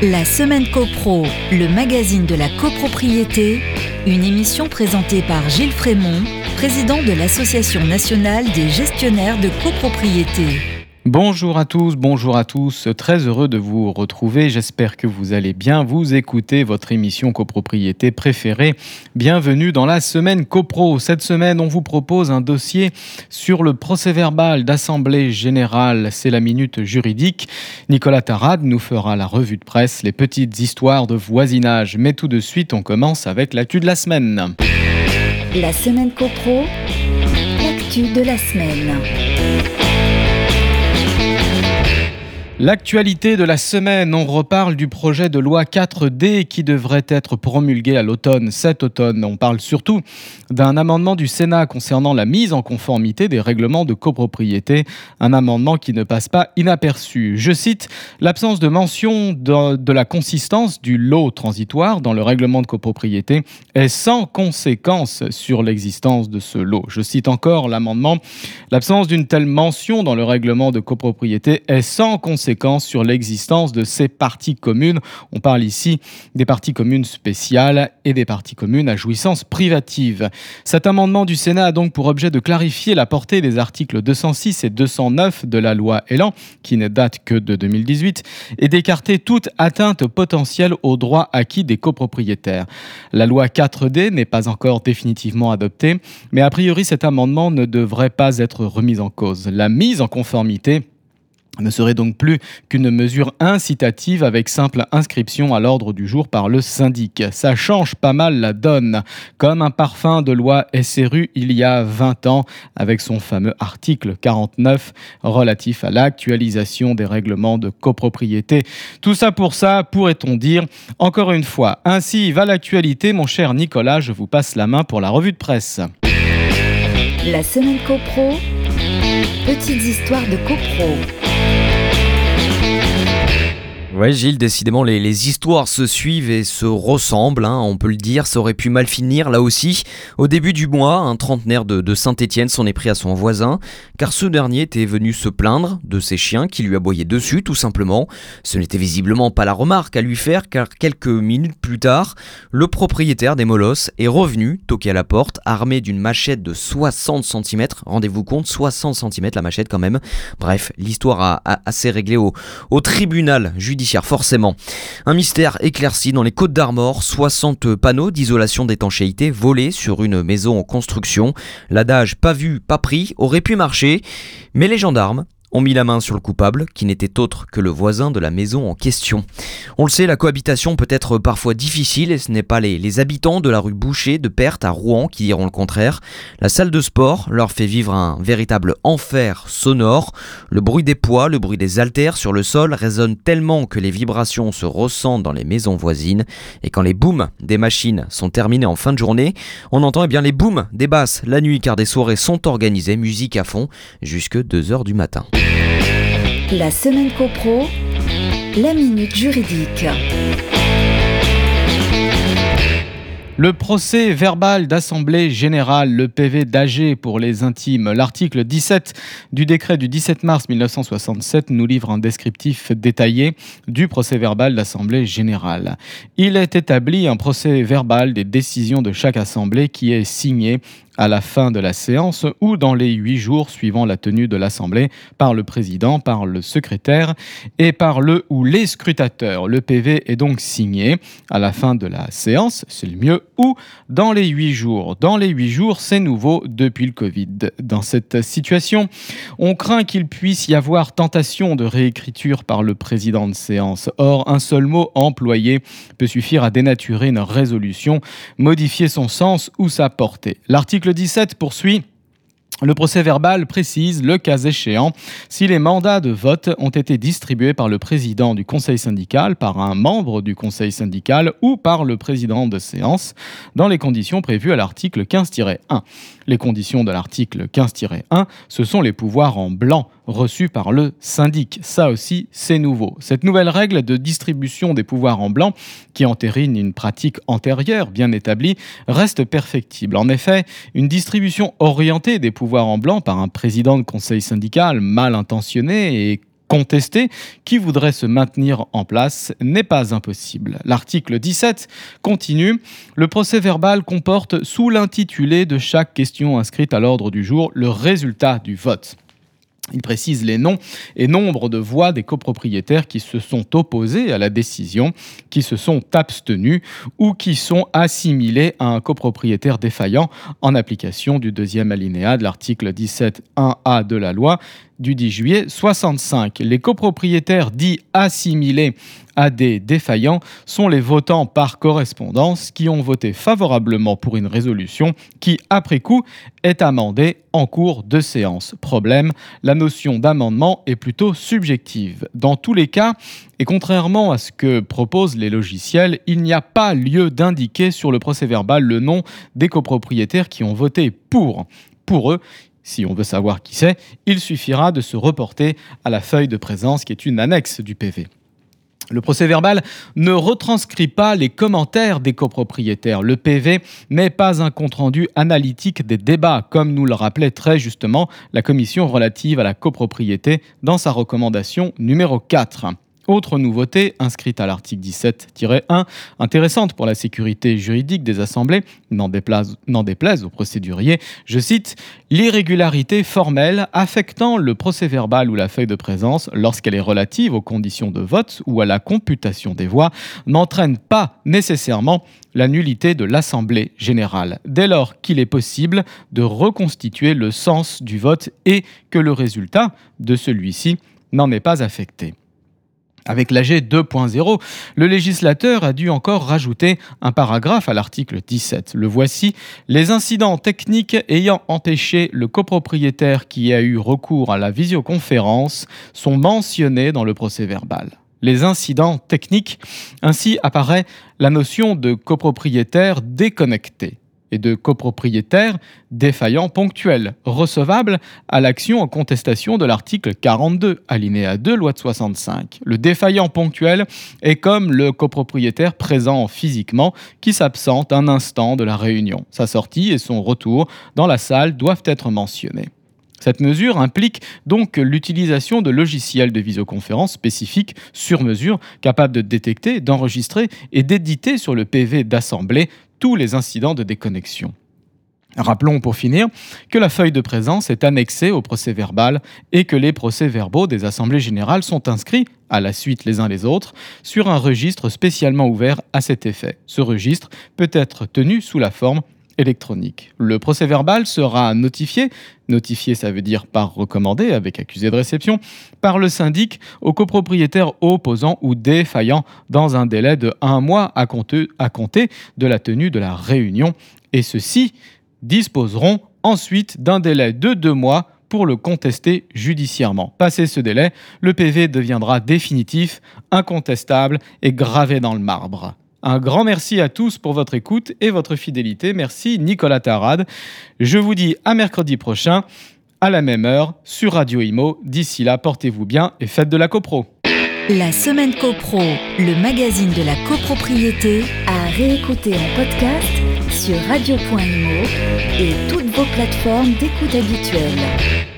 La Semaine CoPro, le magazine de la copropriété, une émission présentée par Gilles Frémont, président de l'Association nationale des gestionnaires de copropriété. Bonjour à tous, très heureux de vous retrouver, j'espère que vous allez bien, vous écoutez votre émission copropriété préférée. Bienvenue dans la Semaine CoPro. Cette semaine, on vous propose un dossier sur le procès-verbal d'Assemblée Générale, c'est la minute juridique. Nicolas Tarade nous fera la revue de presse, les petites histoires de voisinage. Mais tout de suite, on commence avec l'actu de la semaine. La Semaine CoPro, l'actu de la semaine. L'actualité de la semaine, on reparle du projet de loi 4D qui devrait être promulgué à l'automne, cet automne. On parle surtout d'un amendement du Sénat concernant la mise en conformité des règlements de copropriété, un amendement qui ne passe pas inaperçu. Je cite, l'absence de mention de la consistance du lot transitoire dans le règlement de copropriété est sans conséquence sur l'existence de ce lot. Je cite encore l'amendement, l'absence d'une telle mention dans le règlement de copropriété est sans conséquence sur l'existence de ces parties communes. On parle ici des parties communes spéciales et des parties communes à jouissance privative. Cet amendement du Sénat a donc pour objet de clarifier la portée des articles 206 et 209 de la loi Elan, qui ne date que de 2018, et d'écarter toute atteinte potentielle aux droits acquis des copropriétaires. La loi 4D n'est pas encore définitivement adoptée, mais a priori cet amendement ne devrait pas être remis en cause. La mise en conformité ne serait donc plus qu'une mesure incitative avec simple inscription à l'ordre du jour par le syndic. Ça change pas mal la donne, comme un parfum de loi SRU il y a 20 ans, avec son fameux article 49 relatif à l'actualisation des règlements de copropriété. Tout ça, pourrait-on dire. Encore une fois, ainsi va l'actualité. Mon cher Nicolas, je vous passe la main pour la revue de presse. La Semaine CoPro, petites histoires de copro. Ouais Gilles, décidément les histoires se suivent et se ressemblent, on peut le dire, ça aurait pu mal finir là aussi. Au début du mois, un trentenaire de Saint-Étienne s'en est pris à son voisin, car ce dernier était venu se plaindre de ses chiens qui lui aboyaient dessus tout simplement. Ce n'était visiblement pas la remarque à lui faire, car quelques minutes plus tard, le propriétaire des molosses est revenu toquer à la porte, armé d'une machette de 60 cm, rendez-vous compte, 60 cm la machette quand même. Bref, l'histoire a assez réglé au tribunal judiciaire. Forcément. Un mystère éclairci dans les Côtes-d'Armor, 60 panneaux d'isolation d'étanchéité volés sur une maison en construction. L'adage pas vu, pas pris aurait pu marcher, mais les gendarmes ont mis la main sur le coupable, qui n'était autre que le voisin de la maison en question. On le sait, la cohabitation peut être parfois difficile et ce n'est pas les habitants de la rue Boucher de Perthes à Rouen qui diront le contraire. La salle de sport leur fait vivre un véritable enfer sonore. Le bruit des poids, le bruit des haltères sur le sol résonnent tellement que les vibrations se ressentent dans les maisons voisines. Et quand les booms des machines sont terminés en fin de journée, on entend les booms des basses la nuit car des soirées sont organisées, musique à fond, jusque 2h du matin. La Semaine CoPro, la minute juridique. Le procès verbal d'Assemblée Générale, le PV d'AG pour les intimes. L'article 17 du décret du 17 mars 1967 nous livre un descriptif détaillé du procès verbal d'Assemblée Générale. Il est établi un procès verbal des décisions de chaque assemblée qui est signé à la fin de la séance ou dans les 8 jours suivant la tenue de l'Assemblée par le président, par le secrétaire et par le ou les scrutateurs. Le PV est donc signé à la fin de la séance, c'est le mieux, ou dans les 8 jours. Dans les 8 jours, c'est nouveau depuis le Covid. Dans cette situation, on craint qu'il puisse y avoir tentation de réécriture par le président de séance. Or, un seul mot employé peut suffire à dénaturer une résolution, modifier son sens ou sa portée. L'article 17 poursuit. Le procès-verbal précise, le cas échéant, si les mandats de vote ont été distribués par le président du conseil syndical, par un membre du conseil syndical ou par le président de séance, dans les conditions prévues à l'article 15-1. Les conditions de l'article 15-1, ce sont les pouvoirs en blanc reçus par le syndic. Ça aussi, c'est nouveau. Cette nouvelle règle de distribution des pouvoirs en blanc, qui entérine une pratique antérieure bien établie, reste perfectible. En effet, une distribution orientée des pouvoirs en blanc par un président de conseil syndical mal intentionné et contester, qui voudrait se maintenir en place n'est pas impossible. L'article 17 continue. Le procès-verbal comporte sous l'intitulé de chaque question inscrite à l'ordre du jour le résultat du vote. Il précise les noms et nombre de voix des copropriétaires qui se sont opposés à la décision, qui se sont abstenus ou qui sont assimilés à un copropriétaire défaillant en application du deuxième alinéa de l'article 17.1a de la loi du 10 juillet 65. Les copropriétaires dits assimilés à des défaillants sont les votants par correspondance qui ont voté favorablement pour une résolution qui, après coup, est amendée en cours de séance. Problème, la notion d'amendement est plutôt subjective. Dans tous les cas, et contrairement à ce que proposent les logiciels, il n'y a pas lieu d'indiquer sur le procès-verbal le nom des copropriétaires qui ont voté pour. Pour eux, si on veut savoir qui c'est, il suffira de se reporter à la feuille de présence qui est une annexe du PV. Le procès-verbal ne retranscrit pas les commentaires des copropriétaires. Le PV n'est pas un compte-rendu analytique des débats, comme nous le rappelait très justement la commission relative à la copropriété dans sa recommandation numéro 4. Autre nouveauté inscrite à l'article 17-1, intéressante pour la sécurité juridique des assemblées, n'en déplaise aux procéduriers, je cite, « L'irrégularité formelle affectant le procès-verbal ou la feuille de présence lorsqu'elle est relative aux conditions de vote ou à la computation des voix n'entraîne pas nécessairement la nullité de l'Assemblée générale, dès lors qu'il est possible de reconstituer le sens du vote et que le résultat de celui-ci n'en est pas affecté. » Avec l'AG 2.0, le législateur a dû encore rajouter un paragraphe à l'article 17. Le voici. Les incidents techniques ayant empêché le copropriétaire qui a eu recours à la visioconférence sont mentionnés dans le procès-verbal. Les incidents techniques, ainsi apparaît la notion de copropriétaire déconnecté et de copropriétaire défaillant ponctuel, recevable à l'action en contestation de l'article 42, alinéa 2, loi de 65. Le défaillant ponctuel est comme le copropriétaire présent physiquement qui s'absente un instant de la réunion. Sa sortie et son retour dans la salle doivent être mentionnés. Cette mesure implique donc l'utilisation de logiciels de visioconférence spécifiques sur mesure, capables de détecter, d'enregistrer et d'éditer sur le PV d'assemblée tous les incidents de déconnexion. Rappelons pour finir que la feuille de présence est annexée au procès-verbal et que les procès-verbaux des assemblées générales sont inscrits, à la suite les uns les autres, sur un registre spécialement ouvert à cet effet. Ce registre peut être tenu sous la forme électronique. Le procès-verbal sera notifié ça veut dire par recommandé avec accusé de réception, par le syndic aux copropriétaires opposants ou défaillants dans un délai de 1 mois à compter de la tenue de la réunion. Et ceux-ci disposeront ensuite d'un délai de 2 mois pour le contester judiciairement. Passé ce délai, le PV deviendra définitif, incontestable et gravé dans le marbre. Un grand merci à tous pour votre écoute et votre fidélité. Merci Nicolas Tarade. Je vous dis à mercredi prochain, à la même heure, sur Radio Imo. D'ici là, portez-vous bien et faites de la copro. La Semaine Copro, le magazine de la copropriété, à réécouter en podcast sur radio.imo et toutes vos plateformes d'écoute habituelles.